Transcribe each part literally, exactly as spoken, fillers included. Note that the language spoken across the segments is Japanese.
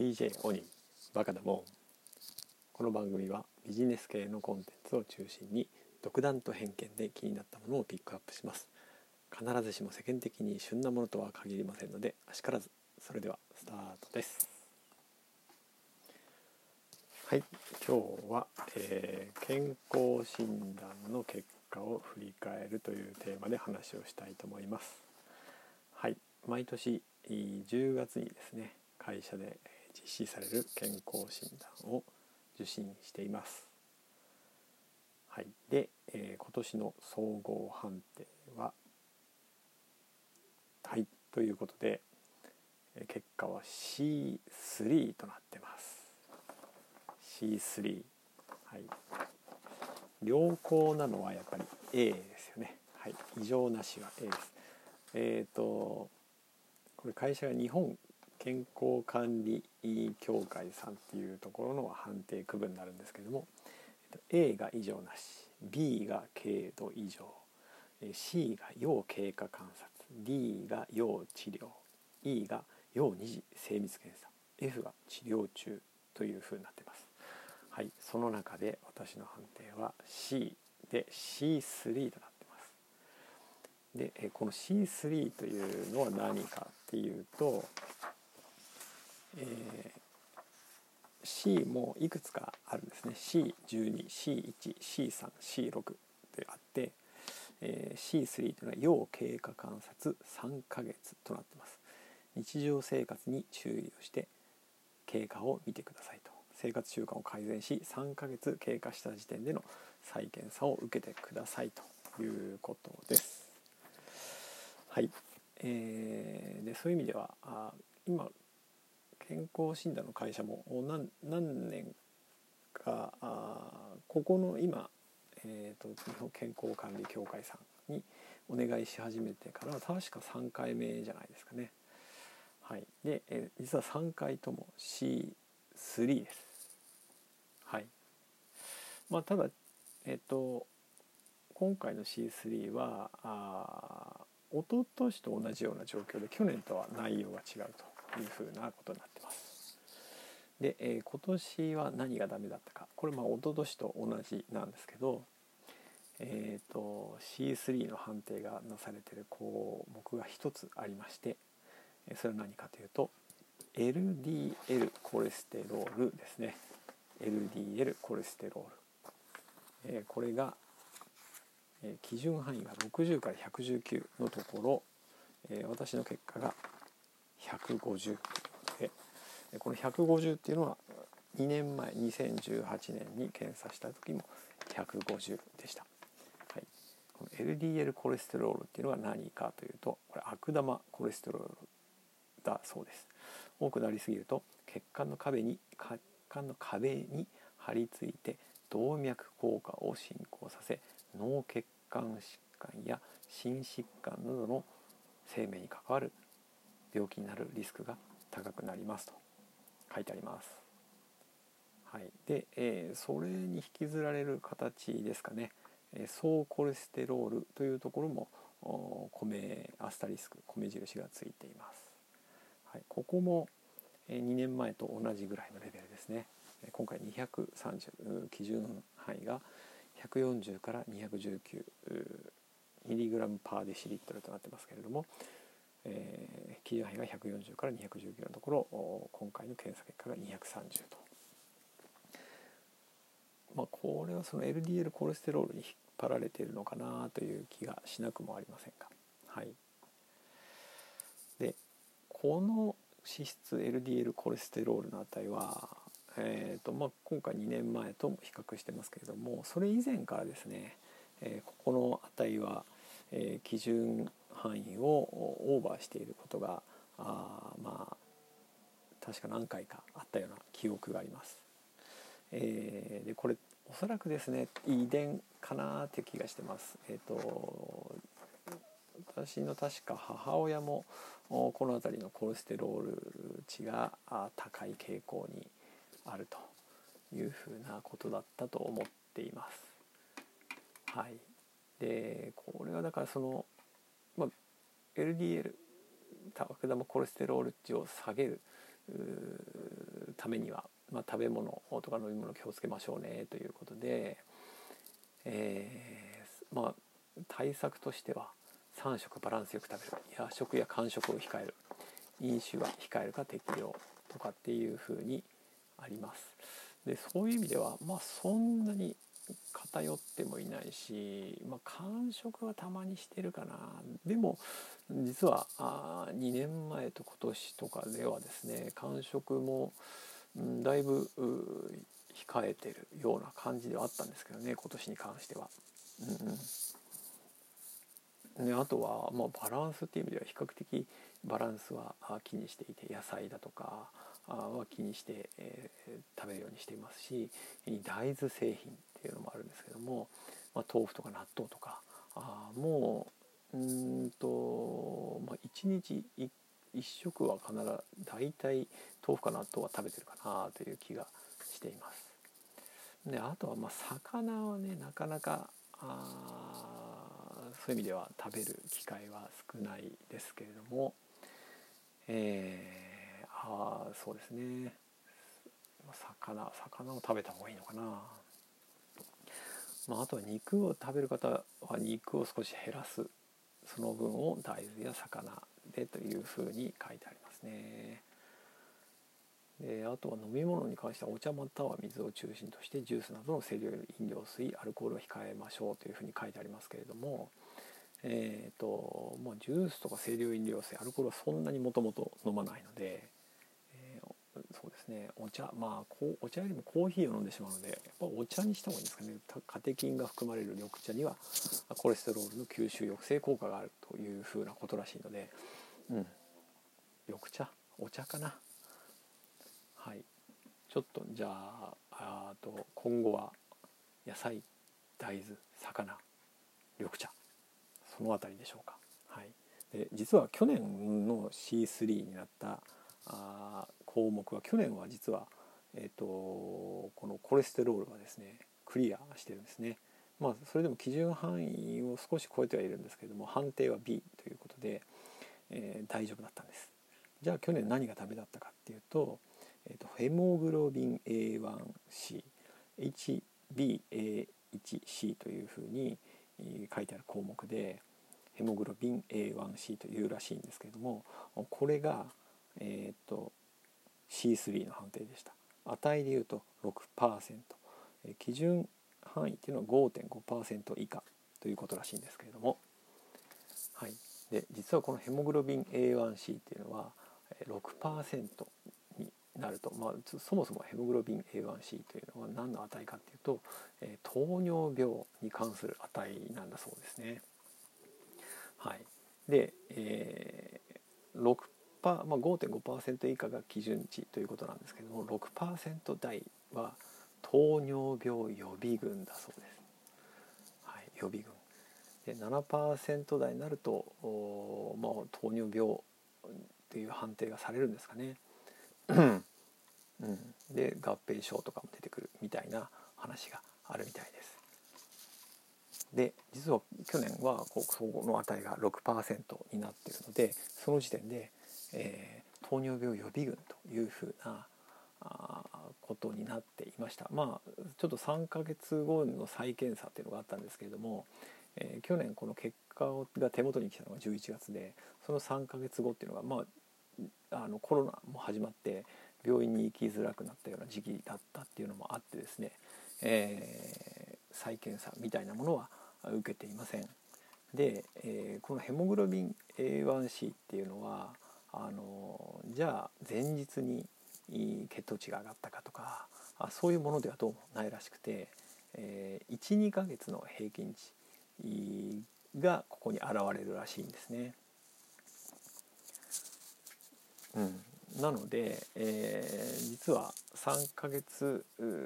ディージェー オニーバカだもん。この番組はビジネス系のコンテンツを中心に独断と偏見で気になったものをピックアップします。必ずしも世間的に旬なものとは限りませんのであしからず。それではスタートです。はい、今日は、えー、健康診断の結果を振り返るというテーマで話をしたいと思います。はい、毎年じゅうがつにですね、会社で実施される健康診断を受診しています。はい、で、えー、今年の総合判定ははいということで、結果は シースリー となってます。 シースリー、はい、良好なのはやっぱり A ですよね。はい、異常なしは A です。えっ、ー、とこれ会社が日本健康管理協会さんっていうところの判定区分になるんですけども、 A が異常なし、 B が軽度異常、 C が要経過観察、 D が要治療、 E が要二次精密検査、 F が治療中というふうになっています。はい、その中で私の判定は C で シースリー となっています。で、この シースリー というのは何かっていうと、えー、C もいくつかあるんですね。 シーじゅうに、シーワン、シースリー、シーシックス であって、えー、シースリー というのは要経過観察さんかげつとなっています。日常生活に注意をして経過を見てくださいと。生活習慣を改善しさんかげつ経過した時点での再検査を受けてくださいということです。はい、えー、でそういう意味ではあ今健康診断の会社も 何, 何年かあここの今、えーと、日本健康管理協会さんにお願いし始めてから確かさんかいめじゃないですかね。はい、で、えー、実はさんかいとも シースリー です。はい、まあ、ただ、えっと、今回の シースリー はあ一昨年と同じような状況で去年とは内容が違うというふうなことになっています。で、えー、今年は何がダメだったか、これまあ一昨年と同じなんですけど、えーと、シースリー の判定がなされている項目が一つありまして、それは何かというと エルディーエル コレステロールですね。 エルディーエル コレステロール、えー、これが、えー、基準範囲がろくじゅうからひゃくじゅうきゅうのところ、えー、私の結果がひゃくごじゅうということで、このひゃくごじゅうっていうのはにねんまえにせんじゅうはちねんに検査した時もひゃくごじゅうでした。はい、この エルディーエル コレステロールっていうのは何かというと、これ悪玉コレステロールだそうです。多くなりすぎると血管の壁に血管の壁に張り付いて動脈硬化を進行させ、脳血管疾患や心疾患などの生命に関わる病気になるリスクが高くなりますと書いてあります。はい、で、えー、それに引きずられる形ですかね。えー、総コレステロールというところも米アスタリスク米印がついています。はい、ここもにねんまえと同じぐらいのレベルですね。今回にひゃくさんじゅう、基準範囲がひゃくよんじゅうからにひゃくじゅうきゅうミリグラムパーデシリットルとなってますけれども、えー、基準範囲がひゃくよんじゅうからにひゃくじゅうきゅうのところ、今回の検査結果がにひゃくさんじゅうと。まあ、これはその エルディーエル コレステロールに引っ張られているのかなという気がしなくもありませんが、はい、でこの脂質 エルディーエル コレステロールの値は、えーとまあ、今回にねんまえとも比較してますけれども、それ以前からですね、えー、ここの値は、えー、基準範囲をオーバーしていることがあまあ確か何回かあったような記憶があります。えー、でこれおそらくですね遺伝かなという気がしてます。えーと私の確か母親もこの辺りのコレステロール値が高い傾向にあるというふうなことだったと思っています。はい、でこれはだからその、まあ、エルディーエル 悪玉コレステロール値を下げるためには、まあ、食べ物とか飲み物気をつけましょうねということで、えー、まあ対策としてはさん食バランスよく食べる、夜食や間食を控える、飲酒は控えるか適量とかっていうふうにあります。でそういう意味では、まあ、そんなに偏ってもいないし、まあ、間食はたまにしてるかな。でも実はあにねんまえと今年とかではですね、間食も、うん、だいぶ控えてるような感じではあったんですけどね、今年に関しては。うん、であとは、まあ、バランスっていう意味では比較的バランスは気にしていて、野菜だとかは気にして、えー、食べるようにしていますし、大豆製品っていうのもあるんですけども、まあ、豆腐とか納豆とかあもううんと、まあ、いちにちいっ食は必ず大体豆腐か納豆は食べてるかなという気がしています。であとはまあ魚はね、なかなかあそういう意味では食べる機会は少ないですけれども、えー、あそうですね、魚魚を食べた方がいいのかな。まあ、あとは肉を食べる方は肉を少し減らす、その分を大豆や魚でというふうに書いてありますね。であとは飲み物に関してはお茶または水を中心としてジュースなどの清涼飲料水、アルコールを控えましょうというふうに書いてありますけれども、えーとまあ、ジュースとか清涼飲料水、アルコールはそんなにもともと飲まないので、えー、そうですね、お茶、まあこうお茶よりもコーヒーを飲んでしまうので、やっぱお茶にした方がいいんですかね。カテキンが含まれる緑茶にはコレステロールの吸収抑制効果があるというふうなことらしいので、うん、緑茶、お茶かな。はい、ちょっとじゃあ、あと今後は野菜、大豆、魚、緑茶、そのあたりでしょうか。はい、で実は去年の シースリー になったあ項目は、去年は実は、えーと、このコレステロールがですねクリアしてるんですね。まあそれでも基準範囲を少し超えてはいるんですけれども、判定は ビー ということで、えー、大丈夫だったんです。じゃあ去年何がダメだったかっていうと、えーと、ヘモグロビン エーワンシー、エイチビーエーワンシー というふうに書いてある項目で、ヘモグロビン エーワンシー というらしいんですけれども、これが、えー、と シースリー の判定でした。値でいうと ろくパーセント、基準範囲っていうのは ごてんごパーセント 以下ということらしいんですけれども、はい、で実はこのヘモグロビン エーワンシー っていうのは ろくパーセント になると、まあ、そもそもヘモグロビン エーワンシー というのは何の値かっていうと、えー、糖尿病に関する値なんだそうですね。はい、で、えー、ろくパー、まあ、ごてんごパーセント 以下が基準値ということなんですけども、 ろくパーセント 台は糖尿病予備軍だそうです。はい、予備軍で ななパーセント 台になると、まあ、糖尿病っていう判定がされるんですかね。うん、で合併症とかも出てくるみたいな話があるみたいです。で実は去年はこうその値が ろくパーセント になっているので、その時点で、えー、糖尿病予備軍というふうなあことになっていました。まあちょっとさんかげつごの再検査っていうのがあったんですけれども、えー、去年この結果が手元に来たのがじゅういちがつで、そのさんかげつごっていうのが、まあ、あのコロナも始まって病院に行きづらくなったような時期だったっていうのもあってですね、えー、再検査みたいなものは受けていません。で、えー、このヘモグロビン エーワンシー っていうのはあのじゃあ前日に血糖値が上がったかとか、あそういうものではどうもないらしくて、えー、いちにかげつの平均値がここに現れるらしいんですね。うん、なので、えー、実はさんかげつ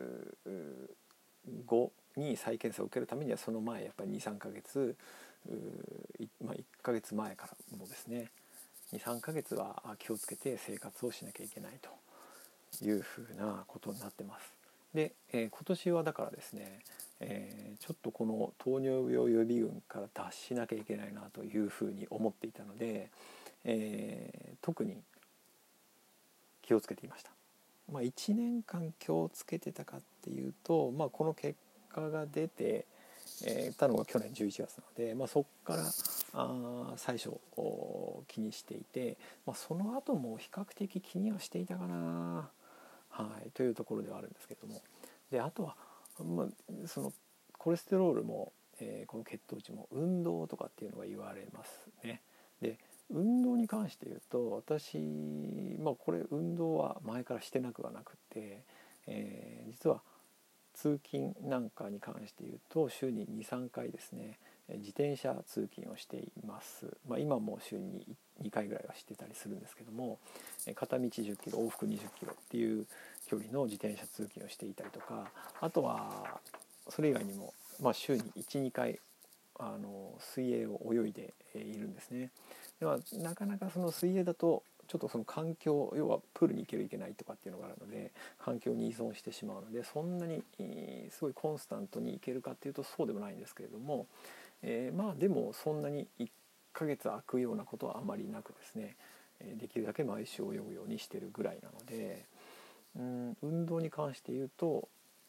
ごに再検査を受けるためには、その前やっぱり にさんかげつ、まあ、いっかげつまえからもですね にさんかげつは気をつけて生活をしなきゃいけないというふうなことになってます。で、えー、今年はだからですね、えー、ちょっとこの糖尿病予備軍から脱しなきゃいけないなというふうに思っていたので、えー、特に気をつけていました。まあ、いちねんかん気をつけてたかっていうと、まあ、この結果が出て、えー、たのが去年じゅういちがつなので、まあ、そこからあ最初気にしていて、まあ、その後も比較的気にはしていたかな、はい、というところではあるんですけども、であとは、まあ、そのコレステロールも、えー、この血糖値も運動とかっていうのが言われますね。で運動に関して言うと私、まあ、これ運動は前からしてなくはなくて、えー、実は通勤なんかに関して言うと週に にさんかいですね、自転車通勤をしています。まあ、今も週ににかいぐらいはしてたりするんですけども、片道じゅっキロ往復にじゅっキロっていう距離の自転車通勤をしていたりとか、あとはそれ以外にも、まあ、週にいち、にかいあの水泳を泳いでいるんですね。ではなかなかその水泳だとちょっとその環境、要はプールに行ける行けないとかっていうのがあるので環境に依存してしまうので、そんなにすごいコンスタントに行けるかっていうとそうでもないんですけれども、えー、まあでもそんなにいっかげつ空くようなことはあまりなくですね、できるだけ毎週泳ぐようにしてるぐらいなので、うん、運動に関して言うと、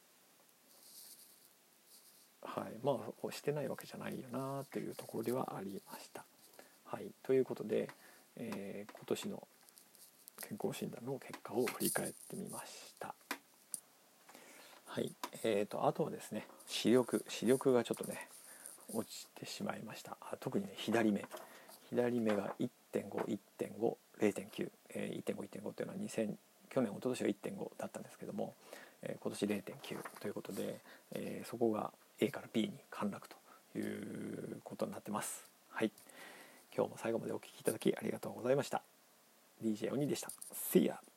はい、まあしてないわけじゃないよなというところではありました。はい、ということで、えー、今年の健康診断の結果を振り返ってみました。はい、えーとあとはですね、視力視力がちょっとね落ちてしまいました。あ、特にね左目左目が いってんご、いってんご、れいてんきゅう、えー、いってんご、いってんご というのはにせん去年一昨年は いってんご だったんですけども、えー、今年 れいてんきゅう ということで、えー、そこが A から B に陥落ということになってます。はい、今日も最後までお聞きいただきありがとうございました。ディージェー おにでした。See ya!